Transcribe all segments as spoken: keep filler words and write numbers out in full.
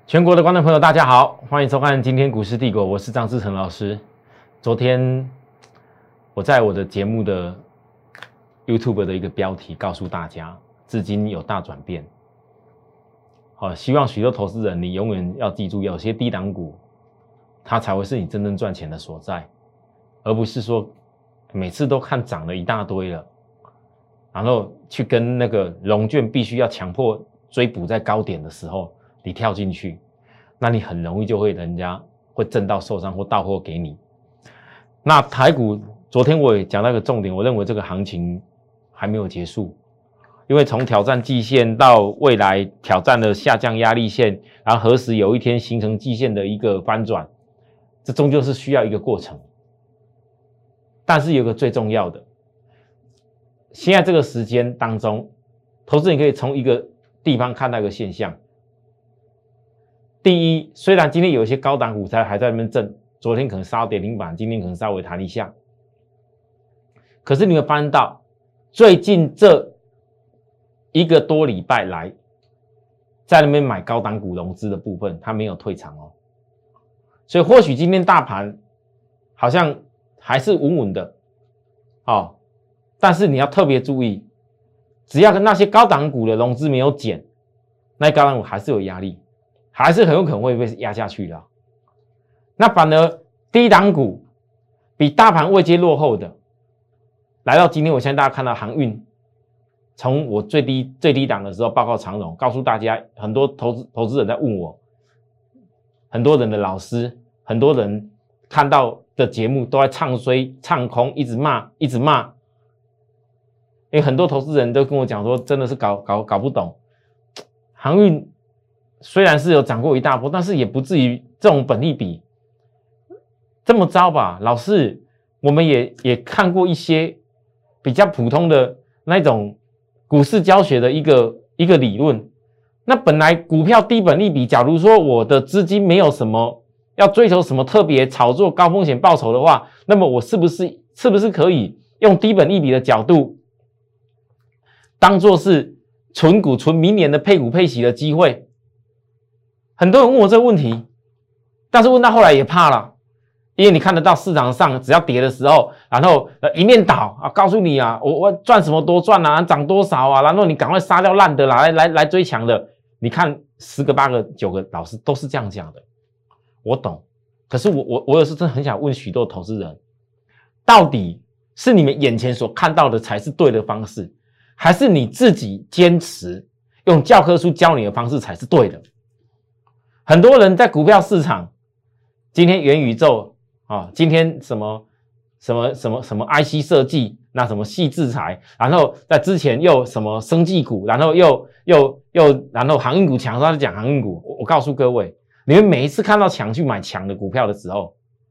全国的观众朋友，大家好，欢迎收看今天股市帝国，我是张志成老师。昨天我在我的节目的 YouTube 的一个标题告诉大家，至今有大转变。好，希望许多投资人，你永远要记住，有些低档股，它才会是你真正赚钱的所在，而不是说每次都看涨了一大堆了，然后去跟那个融券必须要强迫追补在高点的时候。你跳进去，那你很容易就会人家会震到受伤或到货给你。那台股昨天我也讲到一个重点，我认为这个行情还没有结束，因为从挑战季线到未来挑战的下降压力线，然后何时有一天形成季线的一个翻转，这终究是需要一个过程。但是有一个最重要的，现在这个时间当中，投资人可以从一个地方看到一个现象。第一，虽然今天有一些高档股才还在那边震，昨天可能稍跌停板，今天可能稍微弹一下，可是你会发现到最近这一个多礼拜来，在那边买高档股融资的部分，它没有退场哦，所以或许今天大盘好像还是稳稳的，哦，但是你要特别注意，只要跟那些高档股的融资没有减，那高档股还是有压力。还是很有可能会被压下去的。那反而低档股比大盘位阶落后的，来到今天，我相信大家看到航运，从我最低最低档的时候报告长荣，告诉大家，很多投资投资人在问我，很多人的老师，很多人看到的节目都在唱衰、唱空，一直骂，一直骂。因为很多投资人都跟我讲说，真的是搞搞搞不懂航运。虽然是有涨过一大波，但是也不至于这种本益比这么糟吧？老师，我们也也看过一些比较普通的那种股市教学的一个一个理论。那本来股票低本益比，假如说我的资金没有什么要追求什么特别炒作高风险报酬的话，那么我是不是是不是可以用低本益比的角度，当作是存股存明年的配股配息的机会？很多人问我这个问题，但是问到后来也怕了，因为你看得到市场上只要跌的时候，然后呃一面倒啊，告诉你啊，我我赚什么多赚啊，涨多少啊，然后你赶快杀掉烂的啦，来来来追强的。你看十个八个九个老师都是这样讲的，我懂。可是我我我有时真的很想问许多投资人，到底是你们眼前所看到的才是对的方式，还是你自己坚持用教科书教你的方式才是对的？很多人在股票市场，今天元宇宙啊，今天什么什么什么什么 I C 设计，那什么矽智财，然后在之前又什么生技股，然后又又又然后航运股强，他在讲航运股。我, 我告诉各位，你们每一次看到强去买强的股票的时候，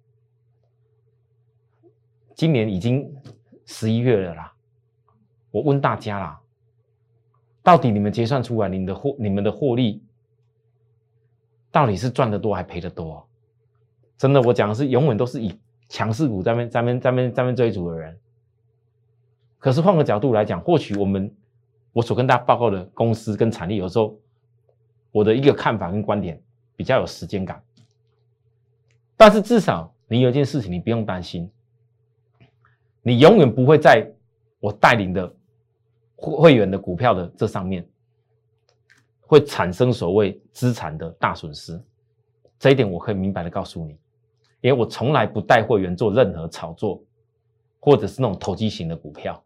今年已经十一月了啦。我问大家啦，到底你们结算出来，你们的获你们的获利？到底是赚得多还赔得多？真的，我讲的是永远都是以强势股在那边在那边在那边在那边追逐的人。可是换个角度来讲，或许我们我所跟大家报告的公司跟产业，有时候我的一个看法跟观点比较有时间感。但是至少你有一件事情你不用担心，你永远不会在我带领的会员的股票的这上面会产生所谓资产的大损失，这一点我可以明白的告诉你，因为我从来不带会员做任何炒作，或者是那种投机型的股票，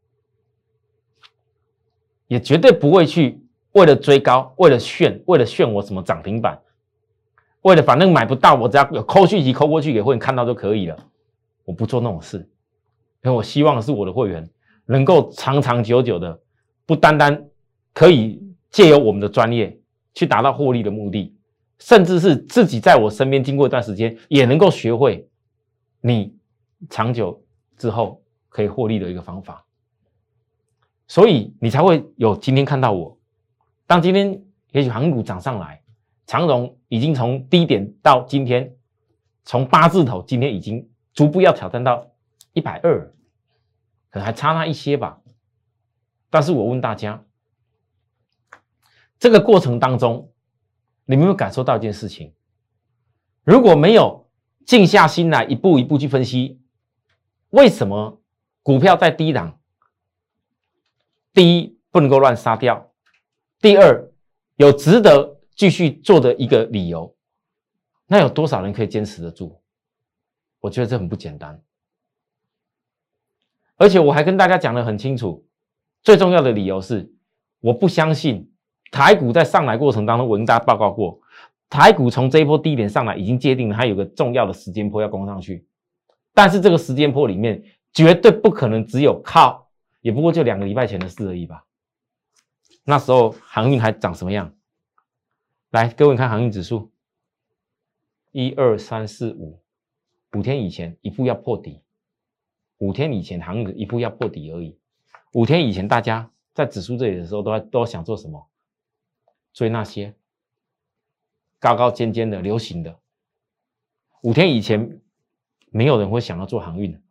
也绝对不会去为了追高，为了炫，为了炫我什么涨停板，为了反正买不到，我只要有扣讯息扣过去给会员看到就可以了，我不做那种事，因为我希望的是我的会员能够长长久久的，不单单可以借由我们的专业去达到获利的目的，甚至是自己在我身边经过一段时间，也能够学会你长久之后可以获利的一个方法。所以你才会有今天看到我。当今天也许航运股涨上来，长荣已经从低点到今天，从八字头，今天已经逐步要挑战到一百二十，可能还差那一些吧。但是我问大家，这个过程当中， 你们有没有感受到一件事情？如果没有静下心来，一步一步去分析，为什么股票在低档？第一，不能够乱杀掉；第二，有值得继续做的一个理由。那有多少人可以坚持得住？我觉得这很不简单。而且我还跟大家讲得很清楚，最重要的理由是，我不相信台股在上来过程当中，我跟大家报告过，台股从这一波低点上来，已经界定了它有个重要的时间波要攻上去。但是这个时间波里面，绝对不可能只有靠，也不过就两个礼拜前的事而已吧。那时候航运还长什么样？来，各位看航运指数，一二三四五，五天以前一步要破底，五天以前航运一步要破底而已。五天以前大家在指数这里的时候都都想做什么？追那些高高尖尖的流行的。五天以前没有人会想要做航运的，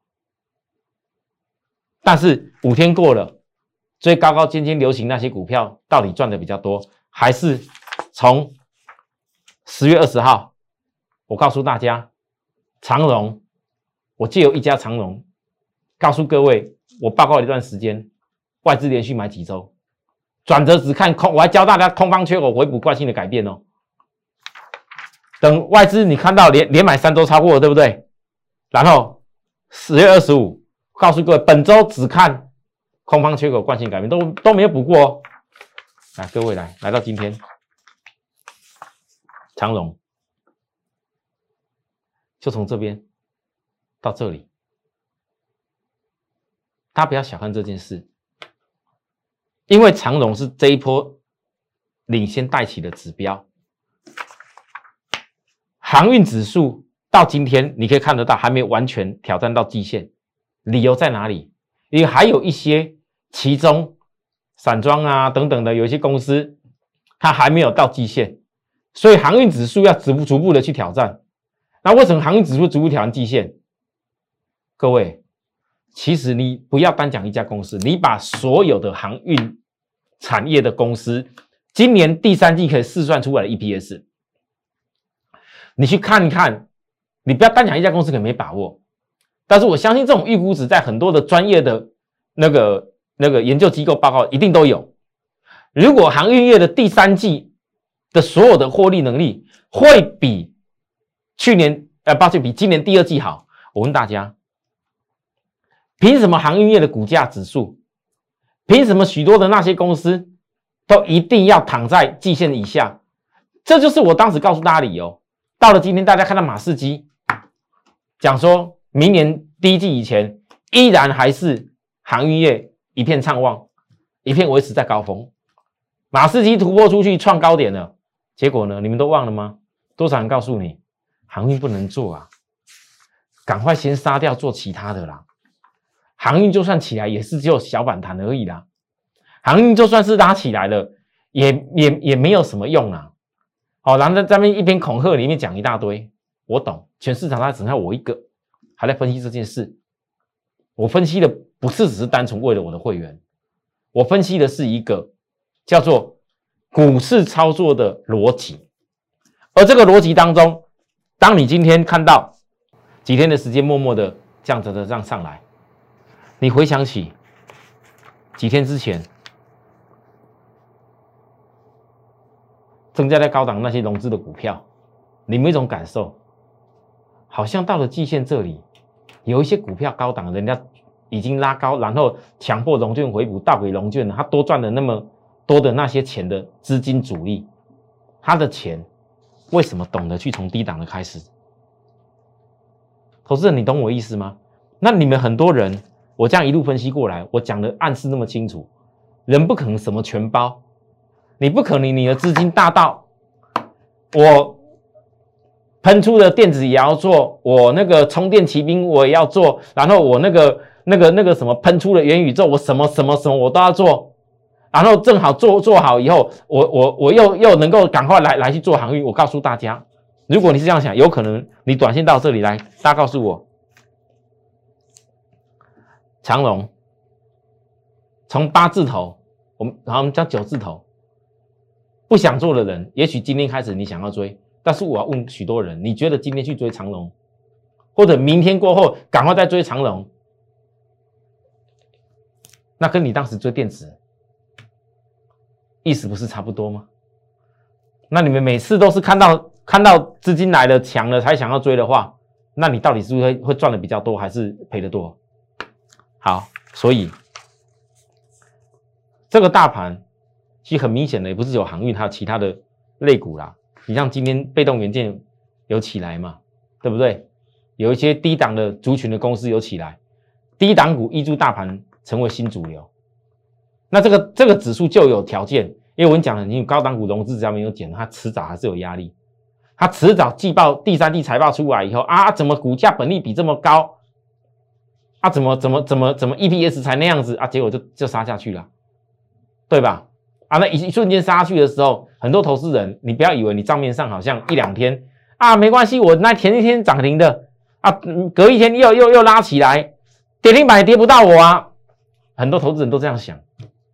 但是五天过了，追高高尖尖流行那些股票到底赚的比较多，还是从十月二十号我告诉大家长荣，我借由一家长荣告诉各位，我报告了一段时间，外资连续买几周，转折只看空，我还教大家空方缺口回补惯性的改变哦。等外资你看到连连买三周超过了，对不对？然后十月二十五告诉各位，本周只看空方缺口惯性改变，都都没有补过哦。来，各位来来到今天，长荣就从这边到这里，大家不要小看这件事，因为长荣是这一波领先带起的指标。航运指数到今天你可以看得到还没有完全挑战到季线，理由在哪里？因为还有一些其中散装啊等等的有一些公司它还没有到季线，所以航运指数要逐步逐步的去挑战。那为什么航运指数逐步挑战季线？各位，其实你不要单讲一家公司，你把所有的航运产业的公司今年第三季可以试算出来的 E P S， 你去看一看，你不要单讲一家公司可能没把握，但是我相信这种预估值在很多的专业的那个那个研究机构报告一定都有。如果航运业的第三季的所有的获利能力会比去年呃抱歉比今年第二季好，我问大家，凭什么航运业的股价指数，凭什么许多的那些公司都一定要躺在季线以下？这就是我当时告诉大家的理由。到了今天，大家看到马士基讲说明年第一季以前依然还是航运业一片畅旺，一片维持在高峰。马士基突破出去创高点了，结果呢？你们都忘了吗？多少人告诉你航运不能做啊？赶快先杀掉，做其他的啦。航运就算起来也是只有小反弹而已啦。航运就算是拉起来了，也也也没有什么用啦。好，然后在这边一边恐吓里面讲一大堆，我懂，全市场它只剩下我一个还在分析这件事。我分析的不是只是单纯为了我的会员，我分析的是一个叫做股市操作的逻辑。而这个逻辑当中，当你今天看到几天的时间默默的这样子的这样上来，你回想起几天之前增加在高档那些融资的股票，你有没有一种感受？好像到了季线这里，有一些股票高档，人家已经拉高，然后强迫融券回补，倒给融券了，他多赚了那么多的那些钱的资金主力，他的钱为什么懂得去从低档的开始？投资人，你懂我意思吗？那你们很多人，我这样一路分析过来，我讲的暗示那么清楚，人不可能什么全包。你不可能你的资金大到我喷出的电子也要做，我那个充电骑兵我也要做，然后我那个那个那个什么喷出的元宇宙我什么什么什么我都要做，然后正好做做好以后，我我我又又能够赶快来来去做航运。我告诉大家，如果你是这样想，有可能你短线到这里来，大家告诉我，长荣从八字头，我们然后我们讲九字头。 不想做的人，也许今天开始你想要追，但是我要问许多人，你觉得今天去追长荣，或者明天过后赶快再追长荣，那跟你当时追电子意思不是差不多吗？那你们每次都是看到看到资金来了强了才想要追的话，那你到底是不是会会赚的比较多，还是赔的多？好，所以这个大盘其实很明显的，也不是有航运，还有其他的类股啦。你像今天被动元件有起来嘛，对不对？有一些低档的族群的公司有起来，低档股挹注大盘成为新主流。那这个这个指数就有条件，因为我跟你讲了，你有高档股融资只要没有减，它迟早还是有压力。它迟早季报第三季财报出来以后啊，怎么股价本利比这么高？啊，怎么怎么怎么怎么 E P S 才那样子啊？结果就就杀下去了，对吧？啊，那一一瞬间杀下去的时候，很多投资人，你不要以为你账面上好像一两天啊没关系，我那前一天涨停的啊，隔一天又又又拉起来，跌停板也跌不到我啊。很多投资人都这样想，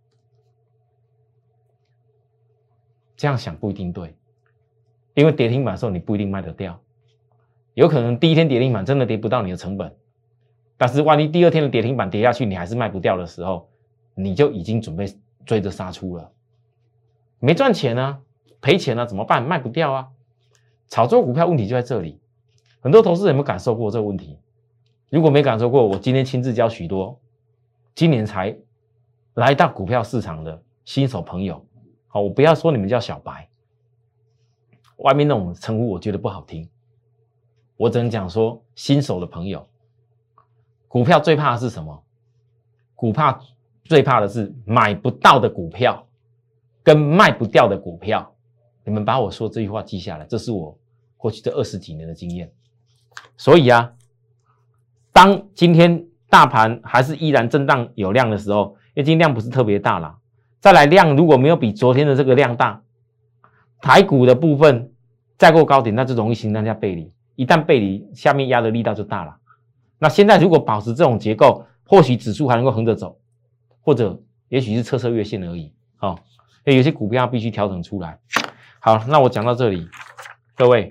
这样想不一定对，因为跌停板的时候你不一定卖得掉，有可能第一天跌停板真的跌不到你的成本。但是万一第二天的跌停板跌下去，你还是卖不掉的时候，你就已经准备追着杀出了，没赚钱啊，赔钱啊，怎么办？卖不掉啊！炒作股票问题就在这里，很多投资人有没有感受过这个问题？如果没感受过，我今天亲自教许多今年才来到股票市场的新手朋友，好，我不要说你们叫小白，外面那种称呼我觉得不好听，我只能讲说新手的朋友。股票最怕的是什么？股票最怕的是买不到的股票跟卖不掉的股票。你们把我说这句话记下来，这是我过去这二十几年的经验。所以啊，当今天大盘还是依然震荡有量的时候，因为今天量不是特别大啦，再来量如果没有比昨天的这个量大，台股的部分再过高点，那就容易形成一下背离。一旦背离，下面压的力道就大了。那现在如果保持这种结构，或许指数还能够横着走，或者也许是测测月线而已。好、哦，因为有些股票必须调整出来。好，那我讲到这里，各位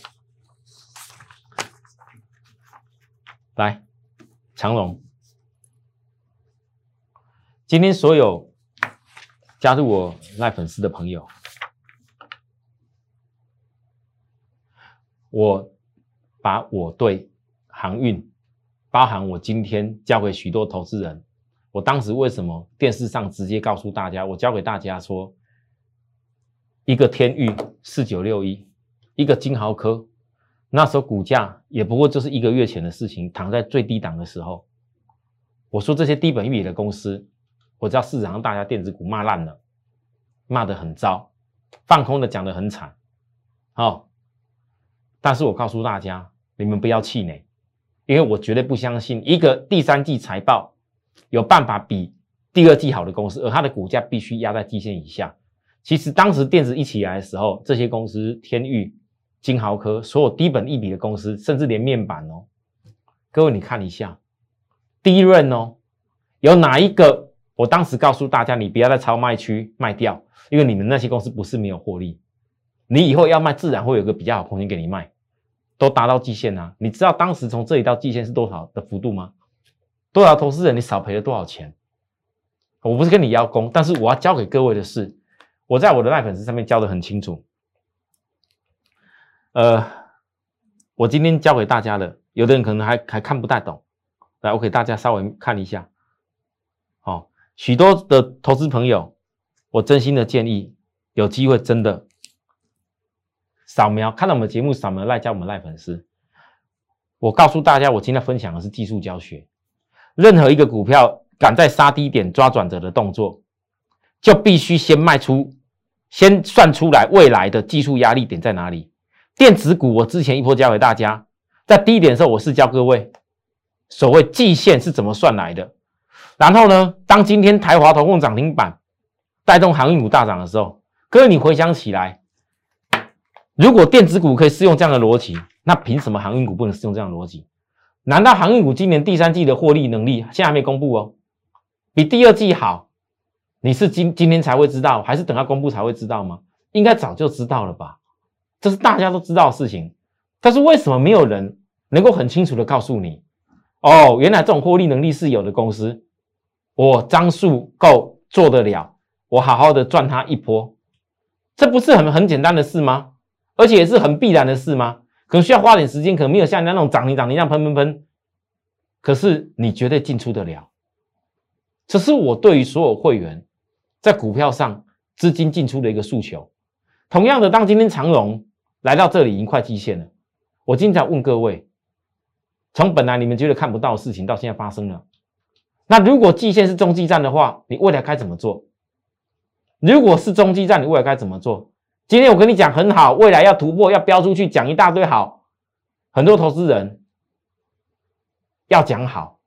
来长荣，今天所有加入我赖粉丝的朋友，我把我对航运，包含我今天教给许多投资人，我当时为什么电视上直接告诉大家，我教给大家说，一个天钰四九六一，一个金豪科，那时候股价也不过就是一个月前的事情，躺在最低档的时候，我说这些低本益比的公司，我知道市场上大家电子股骂烂了，骂得很糟，放空的讲得很惨，好、哦，但是我告诉大家，你们不要气馁，因为我绝对不相信一个第三季财报有办法比第二季好的公司，而它的股价必须压在季线以下。其实当时电子一起来的时候，这些公司天钰、金豪科，所有低本益比的公司，甚至连面板哦，各位你看一下，低润哦，有哪一个？我当时告诉大家，你不要在超卖区卖掉，因为你们那些公司不是没有获利，你以后要卖，自然会有个比较好空间给你卖，都达到季线啊。你知道当时从这里到季线是多少的幅度吗？多少投资人你少赔了多少钱？我不是跟你邀功，但是我要教给各位的是，我在我的赖粉丝上面教得很清楚。呃，我今天教给大家的，有的人可能还还看不太懂，来，我给大家稍微看一下。哦，许多的投资朋友，我真心的建议，有机会真的扫描，看到我们的节目，扫描赖加我们赖粉丝。我告诉大家，我今天分享的是技术教学。任何一个股票敢在杀低点抓转折的动作，就必须先卖出，先算出来未来的技术压力点在哪里。电子股我之前一波教给大家，在低点的时候我是教各位，所谓季线是怎么算来的。然后呢，当今天台华投控涨停板带动航运股大涨的时候，各位你回想起来，如果电子股可以适用这样的逻辑，那凭什么航运股不能适用这样的逻辑？难道航运股今年第三季的获利能力现在还没公布哦，比第二季好，你是今今天才会知道，还是等它公布才会知道吗？ 应该早就知道了吧？这是大家都知道的事情，但是为什么没有人能够很清楚的告诉你？哦，原来这种获利能力是有的公司，我张数够做得了，我好好的赚它一波，这不是很很简单的事吗？而且也是很必然的事吗？可能需要花点时间，可能没有像那种涨停涨停这样喷喷喷，可是你绝对进出得了。这是我对于所有会员在股票上资金进出的一个诉求。同样的，当今天长荣来到这里已经快季线了，我今天问各位，从本来你们觉得看不到的事情到现在发生了，那如果季线是中继站的话，你未来该怎么做？如果是中继站，你未来该怎么做？今天我跟你讲很好，未来要突破，要飙出去，讲一大堆好，很多投资人要讲好，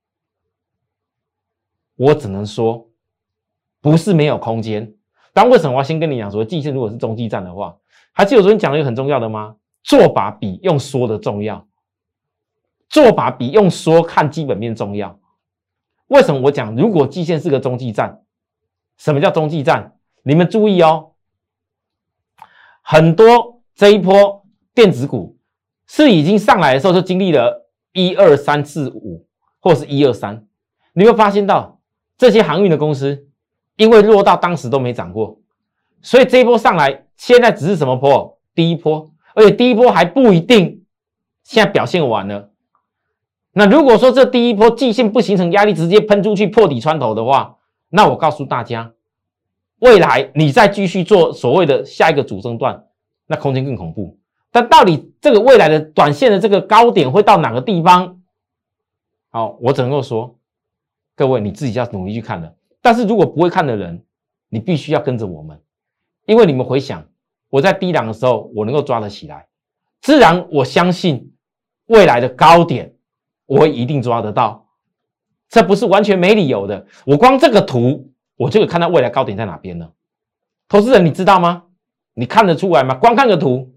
我只能说不是没有空间。但为什么我要先跟你讲说，季线如果是中继站的话，还记得我昨天讲了一个很重要的吗？做法比用说的重要，做法比用说看基本面重要。为什么我讲如果季线是个中继站？什么叫中继站？你们注意哦，很多这一波电子股是已经上来的时候就经历了一二三四五或是一二三，你会发现到这些航运的公司因为落到当时都没涨过，所以这一波上来现在只是什么波？第一波，而且第一波还不一定现在表现完了。那如果说这第一波季线不形成压力，直接喷出去破底穿头的话，那我告诉大家，未来你再继续做所谓的下一个主升段，那空间更恐怖。但到底这个未来的短线的这个高点会到哪个地方？好，我只能够说，各位你自己要努力去看的。但是如果不会看的人，你必须要跟着我们，因为你们回想，我在低档的时候，我能够抓得起来，自然我相信未来的高点，我会一定抓得到，这不是完全没理由的。我光这个图，我就可以看到未来高点在哪边了。投资人，你知道吗？你看得出来吗？光看个图。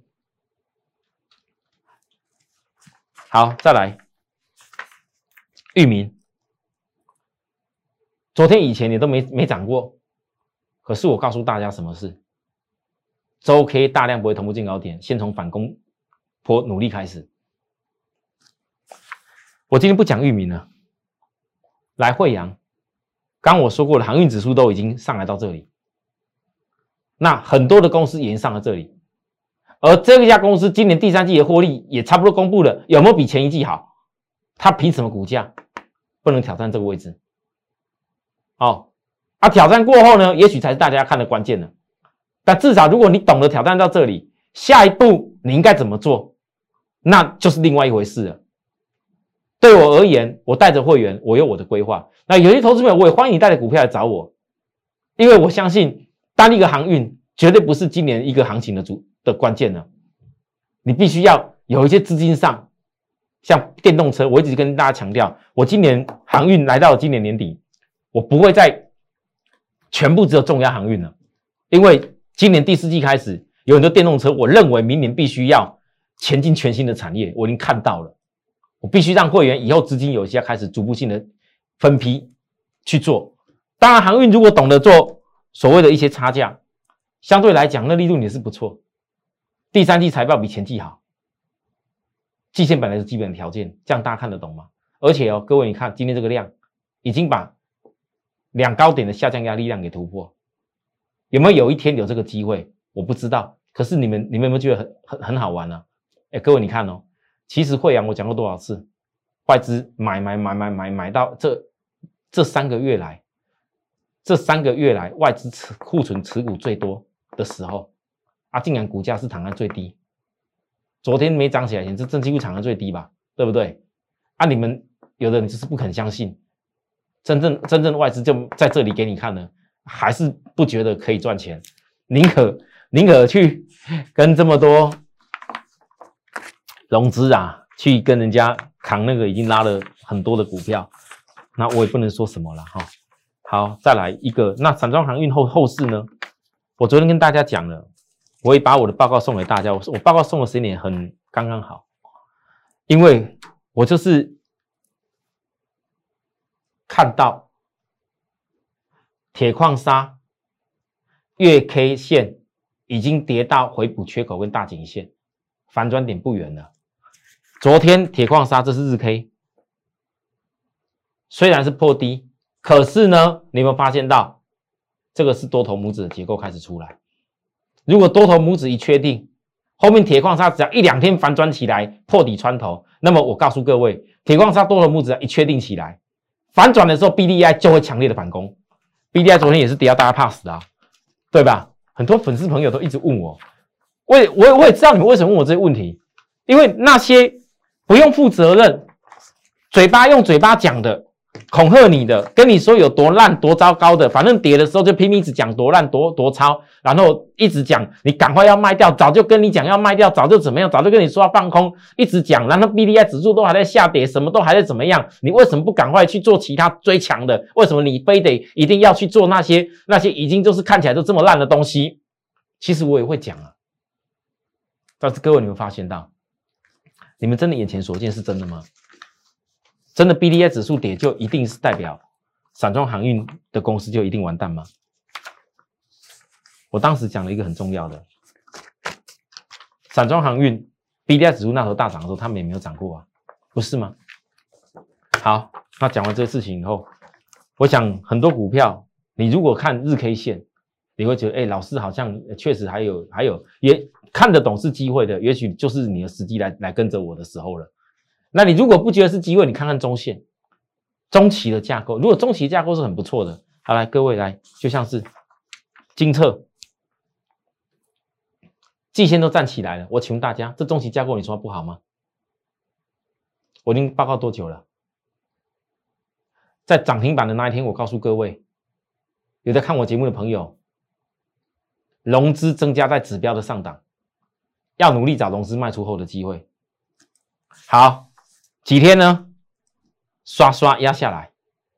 好，再来，裕民。昨天以前也都没没涨过，可是我告诉大家什么事？周 K 大量不会同步进高点，先从反攻坡努力开始。我今天不讲裕民了，来惠阳。刚我说过了，航运指数都已经上来到这里，那很多的公司已经上了这里，而这家公司今年第三季的获利也差不多公布了，有没有比前一季好？它凭什么股价不能挑战这个位置？哦，啊，挑战过后呢，也许才是大家看的关键了。但至少如果你懂得挑战到这里，下一步你应该怎么做，那就是另外一回事了。对我而言，我带着会员，我有我的规划。那有些投资朋友，我也欢迎你带着股票来找我，因为我相信单一个航运绝对不是今年一个行情的主的关键了。你必须要有一些资金上，像电动车，我一直跟大家强调，我今年航运来到今年年底。我不会再全部只有重压航运了，因为今年第四季开始有很多电动车，我认为明年必须要前进全新的产业，我已经看到了，我必须让会员以后资金有一些开始逐步性的分批去做。当然，航运如果懂得做所谓的一些差价，相对来讲那利润也是不错。第三季财报比前季好，季线本来是基本条件，这样大家看得懂吗？而且哦，各位你看今天这个量已经把两高点的下降压力量给突破，有没有有一天有这个机会？我不知道。可是你们你们有没有觉得很很很好玩呢、啊？哎，各位你看哦，其实惠阳我讲过多少次，外资买买买买买买到这这三个月来，这三个月来外资持库存持股最多的时候啊，竟然股价是躺在最低。昨天没涨起来前，这这几乎躺在最低吧，对不对？啊，你们有的人就是不肯相信。真正真正的外资就在这里给你看了，还是不觉得可以赚钱，宁可宁可去跟这么多融资啊，去跟人家扛那个已经拉了很多的股票，那我也不能说什么了哈。好，再来一个，那散装航运后后市呢？我昨天跟大家讲了，我也把我的报告送给大家，我我报告送的时间点很刚刚好，因为我就是看到铁矿砂月 K 线已经跌到回补缺口跟大颈线，反转点不远了。昨天铁矿砂这是日 K， 虽然是破低，可是呢，你有没有发现到这个是多头拇指的结构开始出来？如果多头拇指一确定，后面铁矿砂只要一两天反转起来破底穿头，那么我告诉各位，铁矿砂多头拇指一确定起来，反转的时候 B D I 就会强烈的反攻。B D I 昨天也是跌到大家怕死啊，对吧？很多粉丝朋友都一直问我，我也我也我也知道你们为什么问我这些问题，因为那些不用负责任，嘴巴用嘴巴讲的，恐吓你的，跟你说有多烂多糟糕的，反正跌的时候就拼命一直讲多烂多多糟，然后一直讲你赶快要卖掉，早就跟你讲要卖掉，早就怎么样，早就跟你说要放空，一直讲，然后 B D I 指数都还在下跌，什么都还在怎么样，你为什么不赶快去做其他追强的？为什么你非得一定要去做那些那些已经就是看起来都这么烂的东西？其实我也会讲啊，但是各位你们发现到，你们真的眼前所见是真的吗？真的 B D I 指数跌就一定是代表散装航运的公司就一定完蛋吗？我当时讲了一个很重要的，散装航运 B D I 指数那时候大涨的时候，他们也没有涨过啊，不是吗？好，那讲完这个事情以后，我想很多股票，你如果看日 K 线，你会觉得，哎，老师好像确实还有还有也看得懂是机会的，也许就是你的时机来来跟着我的时候了。那你如果不觉得是机会，你看看中线、中期的架构。如果中期架构是很不错的，好来，各位来，就像是精测、季线都站起来了。我请问大家，这中期架构你说不好吗？我已经报告多久了？在涨停板的那一天，我告诉各位，有在看我节目的朋友，融资增加在指标的上档，要努力找融资卖出后的机会。好。几天呢？刷刷压下来。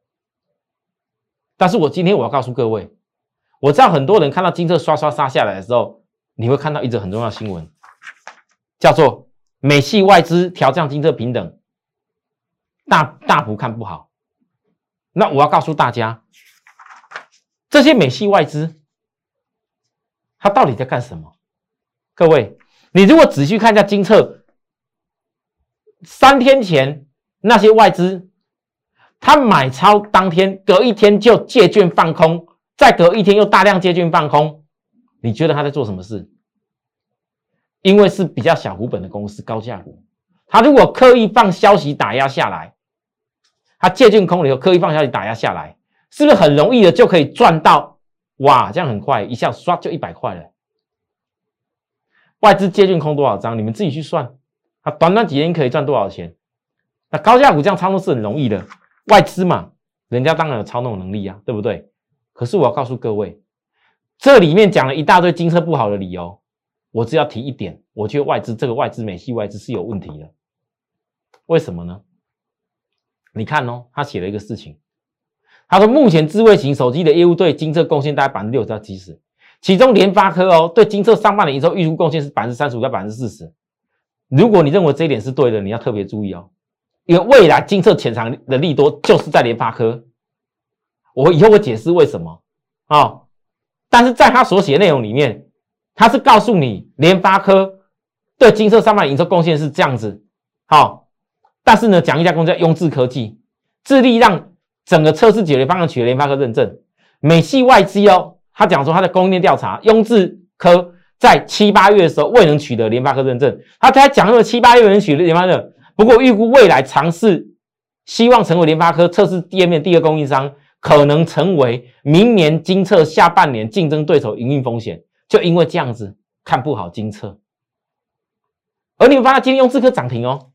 但是我今天我要告诉各位，我知道很多人看到金策刷刷杀下来的时候，你会看到一则很重要的新闻，叫做美系外资调降金策平等，大大幅看不好。那我要告诉大家，这些美系外资，它到底在干什么？各位，你如果仔细看一下金策。三天前那些外资，他买超当天，隔一天就借券放空，再隔一天又大量借券放空。你觉得他在做什么事？因为是比较小股本的公司，高价股，他如果刻意放消息打压下来，他借券空了以后刻意放消息打压下来，是不是很容易的就可以赚到？哇，这样很快，一下刷就一百块了。外资借券空多少张？你们自己去算。它短短几天可以赚多少钱？那高价股这样操纵是很容易的，外资嘛，人家当然有操纵能力啊，对不对？可是我要告诉各位，这里面讲了一大堆金策不好的理由，我只要提一点，我觉得外资这个外资美系外资是有问题的。为什么呢？你看哦，他写了一个事情，他说目前智慧型手机的业务对金策贡献大概百分之六十到七十，其中联发科哦对金策上半年营收预估贡献是百分之三十五到百分之四十。如果你认为这一点是对的，你要特别注意哦，因为未来金策潜藏的利多就是在联发科。我以后会解释为什么啊、哦，但是在他所写的内容里面，他是告诉你联发科对金策上半年营收贡献是这样子，好、哦，但是呢，讲一家公司叫雍智科技，致力让整个测试解决方案取得联发科认证。美系外资哦，他讲说他的供应链调查，雍智科。在七八月的时候未能取得联发科认证，他才讲了七八月能取得联发科认证，不过预估未来尝试希望成为联发科测试页面第一个供应商，可能成为明年金策下半年竞争对手营运风险，就因为这样子看不好金策。而你们发现今天用智科涨停哦，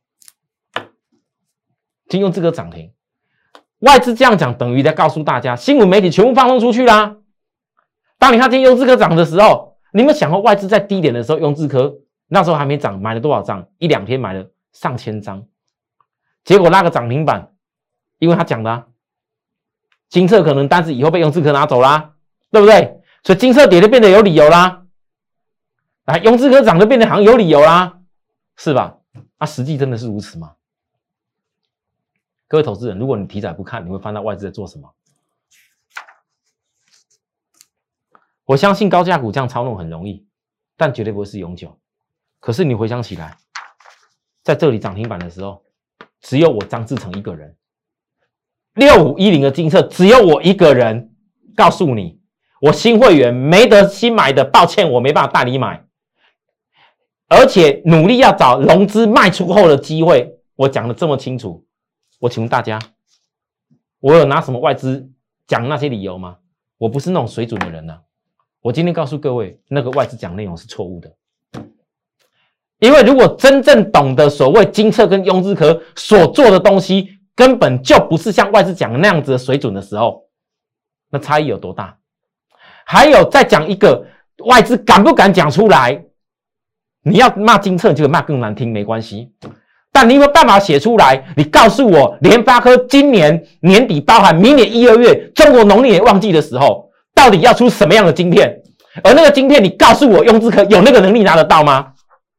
今天用智科涨停，外资这样讲等于在告诉大家，新闻媒体全部放送出去啦。当你看今天用智科涨的时候，你有没有想过外资在低点的时候用智科，那时候还没涨，买了多少张？一两天买了上千张，结果那个涨停板，因为他讲的、啊，金策可能单子以后被用智科拿走啦，对不对？所以金策跌就变得有理由啦，啊，用智科涨就变得好像有理由啦，是吧？啊，实际真的是如此吗？各位投资人，如果你题材不看，你会翻到外资在做什么？我相信高价股这样操弄很容易， 但绝对不会是永久。可是你回想起来，在这里涨停板的时候，只有我张志成一个人，六五一零的金策只有我一个人。告诉你，我新会员没得新买的，抱歉，我没办法带你买，而且努力要找融资卖出后的机会。我讲的这么清楚，我请问大家，我有拿什么外资讲那些理由吗？我不是那种水准的人啊。我今天告诉各位，那个外资讲内容是错误的。因为如果真正懂得所谓金策跟雍智科所做的东西，根本就不是像外资讲的那样子的水准的时候，那差异有多大？还有再讲一个，外资敢不敢讲出来？你要骂金策，就骂更难听，没关系。但你有没有办法写出来？你告诉我，联发科今年年底，包含明年一二月，中国农历年旺季的时候，到底要出什么样的晶片？而那个晶片，你告诉我，雍智科有那个能力拿得到吗？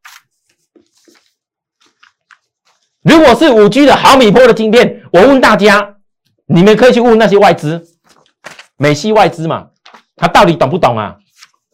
如果是 五 G 的毫米波的晶片，我问大家，你们可以去问那些外资，美系外资嘛，他到底懂不懂啊？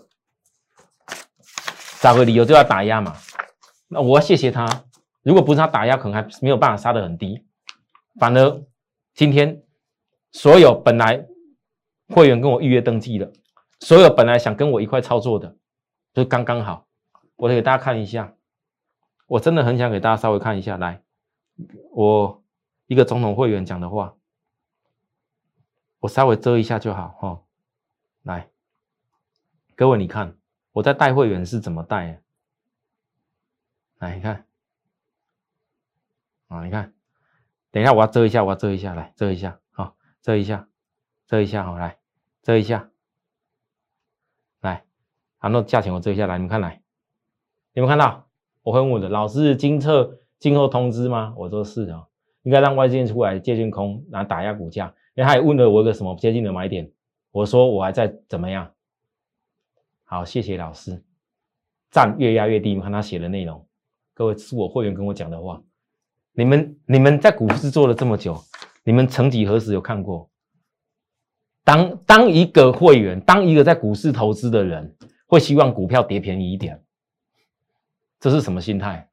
找个理由就要打压嘛。那我要谢谢他，如果不是他打压，可能还没有办法杀得很低。反而今天所有本来会员跟我预约登记的，所有本来想跟我一块操作的，就刚刚好。我给大家看一下，我真的很想给大家稍微看一下，来。我一个总统会员讲的话，我稍微遮一下就好哈、哦。来，各位你看我在带会员是怎么带的？来，你看啊，你看，等一下我要遮一下，我要遮一下，来遮一下，好、哦，遮一下，遮一下，好、哦，来遮一下，来，好，那价钱我遮一下，来，你们看来，有没有看到？我会问我的老师金策。今后通知吗？我说是哦，应该让外资出来借券空，然后打压股价。因为他也问了我一个什么接近的买点，我说我还在怎么样？好，谢谢老师。站越压越低，你们看他写的内容，各位是我会员跟我讲的话。你们你们在股市做了这么久，你们曾几何时有看过？当当一个会员，当一个在股市投资的人，会希望股票跌便宜一点，这是什么心态？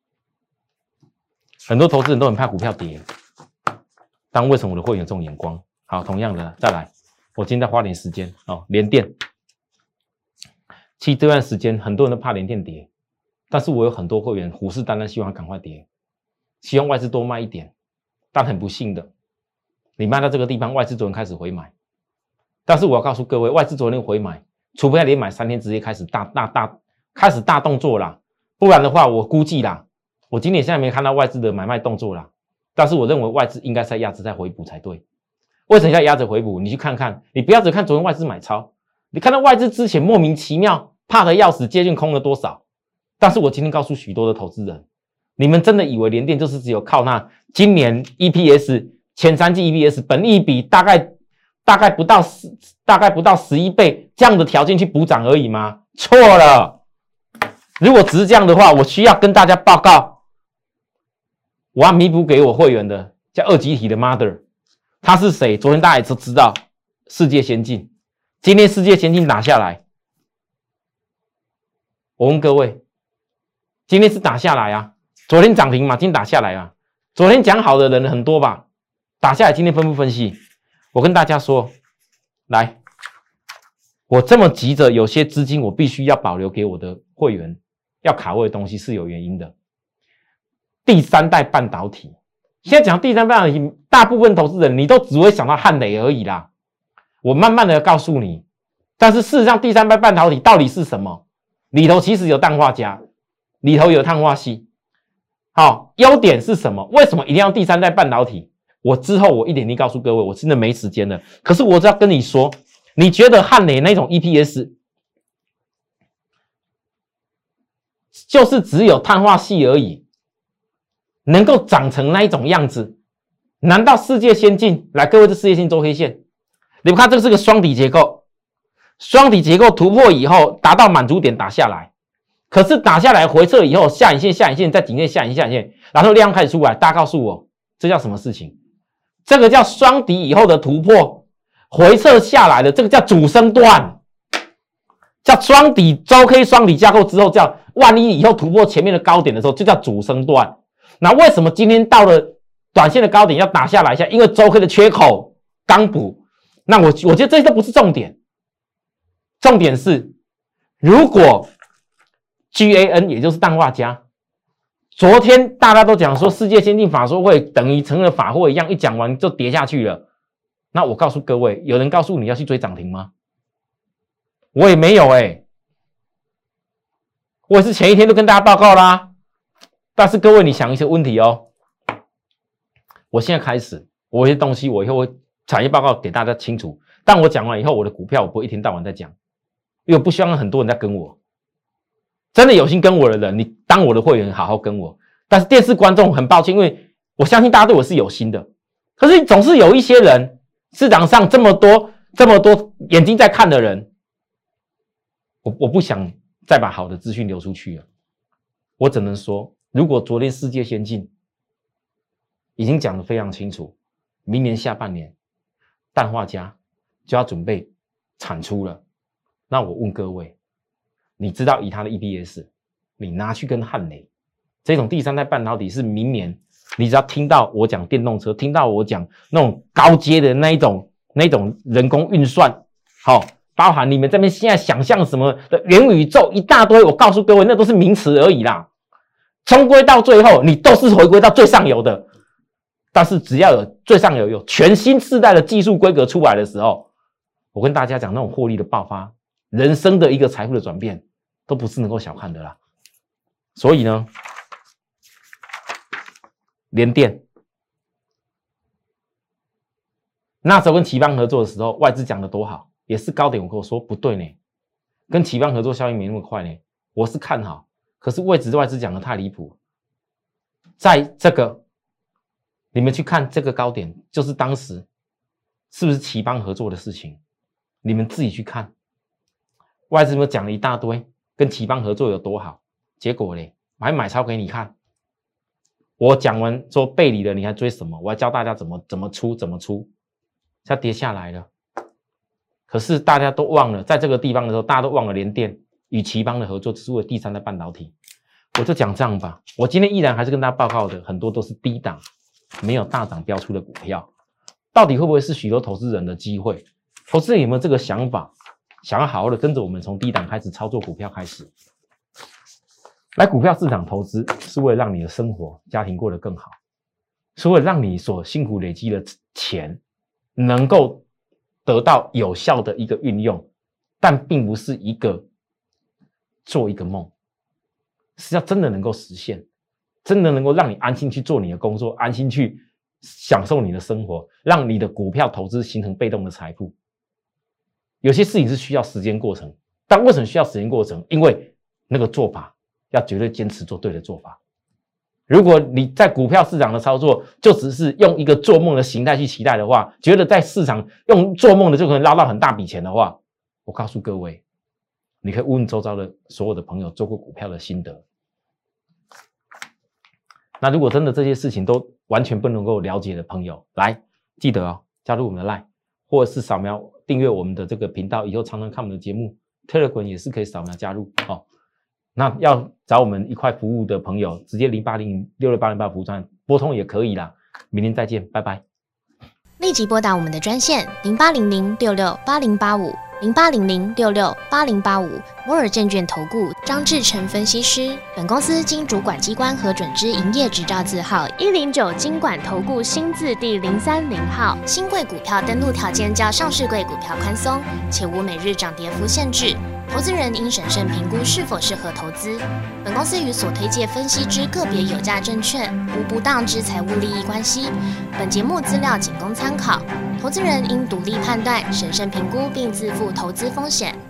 很多投资人都很怕股票跌，但为什么我的会员有这种眼光？好，同样的再来，我今天再花点时间哦，联电。其实这段时间很多人都怕联电跌，但是我有很多会员虎视眈眈，希望它赶快跌，希望外资多卖一点。但很不幸的，你卖到这个地方，外资昨天开始回买。但是我要告诉各位，外资昨天回买，除非连买三天直接开始大大大开始大动作啦，不然的话，我估计啦。我今天现在没看到外资的买卖动作啦，但是我认为外资应该在压着在回补才对。为什么要压着回补？你去看看，你不要只看昨天外资买超，你看到外资之前莫名其妙怕得要死，接近空了多少？但是我今天告诉许多的投资人，你们真的以为联电就是只有靠那今年 E P S 前三季 E P S 本益比大概大概不到十大概不到十一倍这样的条件去补涨而已吗？错了。如果只是这样的话，我需要跟大家报告。我要弥补给我会员的叫二极体的 mother， 他是谁？昨天大家也都知道，世界先进。今天世界先进打下来，我问各位，今天是打下来啊？昨天涨停嘛，今天打下来啊？昨天讲好的人很多吧？打下来，今天分不分析？我跟大家说，来，我这么急着，有些资金我必须要保留给我的会员，要卡位的东西是有原因的。第三代半导体，现在讲第三代半导体，大部分投资人你都只会想到汉磊而已啦。我慢慢的告诉你，但是事实上第三代半导体到底是什么？里头其实有氮化镓，里头有碳化矽。好，优点是什么？为什么一定要第三代半导体？我之后我一点一滴告诉各位，我真的没时间了。可是我只要跟你说，你觉得汉磊那种 E P S 就是只有碳化矽而已？能够长成那一种样子，难道世界先进？来，各位，这世界先进周 K 线，你们看，这个是个双底结构，双底结构突破以后达到满足点打下来，可是打下来回撤以后，下影线、下影线再颈线、下影线、下影线，然后量开始出来，大家告诉我，这叫什么事情？这个叫双底以后的突破，回撤下来的这个叫主升段， 叫双底周 K 双底架构之后，叫万一以后突破前面的高点的时候，就叫主升段。那为什么今天到了短线的高点要打下来一下？因为周 K 的缺口刚补。那我我觉得这些都不是重点，重点是如果 G A N 也就是氮化镓，昨天大家都讲说世界先进法说会等于成了法会一样，一讲完就跌下去了。那我告诉各位，有人告诉你要去追涨停吗？我也没有哎、欸，我也是前一天都跟大家报告啦。但是各位，你想一些问题哦。我现在开始，我有些东西我以后会产业报告给大家清楚。但我讲完以后，我的股票我不会一天到晚在讲，因为我不希望很多人在跟我。真的有心跟我的人，你当我的会员，好好跟我。但是电视观众很抱歉，因为我相信大家对我是有心的，可是总是有一些人，市场上这么多这么多眼睛在看的人。我我不想再把好的资讯流出去了，我只能说，如果昨天世界先进已经讲得非常清楚，明年下半年氮化镓就要准备产出了，那我问各位，你知道以它的 E P S， 你拿去跟汉磊这种第三代半导体是明年，你只要听到我讲电动车，听到我讲那种高阶的那一种那一种人工运算，好、哦。包含你们这边现在想象什么的元宇宙一大堆，我告诉各位，那都是名词而已啦。终归到最后，你都是回归到最上游的。但是只要有最上游有全新世代的技术规格出来的时候，我跟大家讲，那种获利的爆发，人生的一个财富的转变，都不是能够小看的啦。所以呢，联电那时候跟奇邦合作的时候，外资讲的多好。也是高点，我跟我说不对呢，跟奇邦合作效应没那么快呢。我是看好，可是位置外资讲的太离谱。在这个，你们去看这个高点，就是当时是不是奇邦合作的事情？你们自己去看，外资们讲了一大堆，跟奇邦合作有多好，结果嘞，我还买超给你看。我讲完说背离了，你还追什么？我要教大家怎么怎么出，怎么出，它跌下来了。可是大家都忘了，在这个地方的时候，大家都忘了联电与奇邦的合作，只是为了第三代半导体。我就讲这样吧，我今天依然还是跟大家报告的，很多都是低档，没有大涨标出的股票，到底会不会是许多投资人的机会？投资人有没有这个想法，想要好好的跟着我们从低档开始操作股票开始？来股票市场投资是为了让你的生活、家庭过得更好，是为了让你所辛苦累积的钱能够得到有效的一个运用，但并不是一个做一个梦，是要真的能够实现，真的能够让你安心去做你的工作，安心去享受你的生活，让你的股票投资形成被动的财富。有些事情是需要时间过程，但为什么需要时间过程？因为那个做法要绝对坚持做对的做法。如果你在股票市场的操作就只是用一个做梦的形态去期待的话，觉得在市场用做梦的就可能捞到很大笔钱的话，我告诉各位，你可以问周遭的所有的朋友做过股票的心得。那如果真的这些事情都完全不能够了解的朋友，来记得哦，加入我们的 LINE， 或者是扫描订阅我们的这个频道，以后常常看我们的节目。Telegram 也是可以扫描加入哦。那要找我们一块服务的朋友，直接零八零零六六八零八服务专拨通也可以啦。明天再见，拜拜。 立即拨打我们的专线零八零零六六八零八五零八零零六六八零八五摩尔证券投顾张志成分析师。本公司经主管机关核准之营业执照字号一零九金管投顾新字第零三零号。新贵股票登录条件较上市贵股票宽松，且无每日涨跌幅限制。投资人应审慎评估是否适合投资。本公司与所推介分析之个别有价证券无不当之财务利益关系。本节目资料仅供参考，投资人应独立判断、审慎评估并自负投资风险。